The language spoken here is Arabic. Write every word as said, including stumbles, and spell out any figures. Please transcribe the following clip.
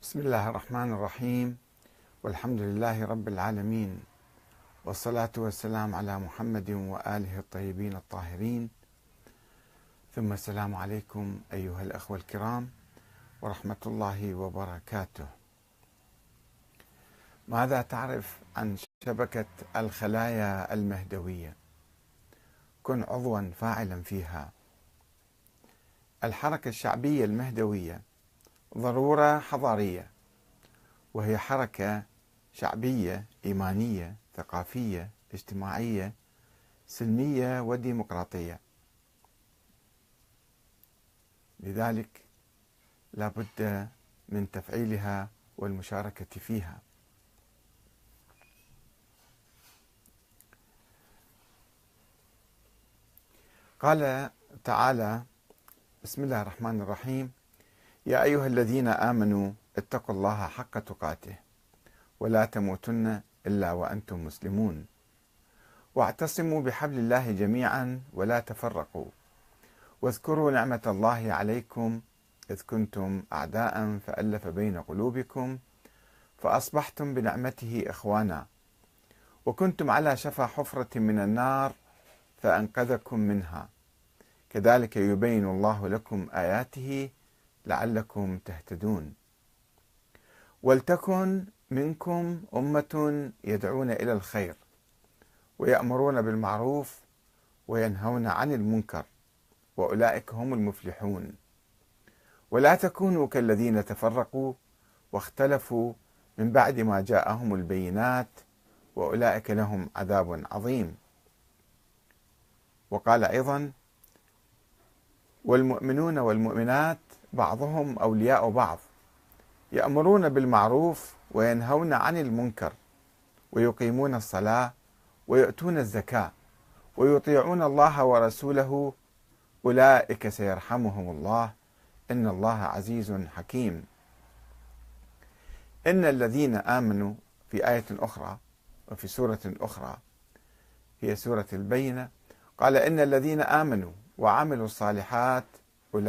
بسم الله الرحمن الرحيم، والحمد لله رب العالمين، والصلاة والسلام على محمد وآله الطيبين الطاهرين، ثم السلام عليكم أيها الأخوة الكرام ورحمة الله وبركاته. ماذا تعرف عن شبكة الخلايا المهدوية؟ كن عضوا فاعلا فيها. الحركة الشعبية المهدوية ضرورة حضارية، وهي حركة شعبية إيمانية ثقافية اجتماعية سلمية وديمقراطية، لذلك لا بد من تفعيلها والمشاركة فيها. قال تعالى: بسم الله الرحمن الرحيم: يا أيها الذين آمنوا اتقوا الله حق تقاته ولا تموتن إلا وأنتم مسلمون، واعتصموا بحبل الله جميعا ولا تفرقوا، واذكروا نعمة الله عليكم إذ كنتم أعداء فألف بين قلوبكم فأصبحتم بنعمته إخوانا، وكنتم على شفا حفرة من النار فأنقذكم منها، كذلك يبين الله لكم آياته لعلكم تهتدون. ولتكن منكم أمة يدعون إلى الخير ويأمرون بالمعروف وينهون عن المنكر وأولئك هم المفلحون. ولا تكونوا كالذين تفرقوا واختلفوا من بعد ما جاءهم البينات وأولئك لهم عذاب عظيم. وقال أيضا: والمؤمنون والمؤمنات بعضهم أولياء بعض يأمرون بالمعروف وينهون عن المنكر ويقيمون الصلاة ويؤتون الزكاة ويطيعون الله ورسوله أولئك سيرحمهم الله إن الله عزيز حكيم. إن الذين آمنوا في آية أخرى وفي سورة أخرى هي سورة البينة قال: إن الذين آمنوا وعملوا الصالحات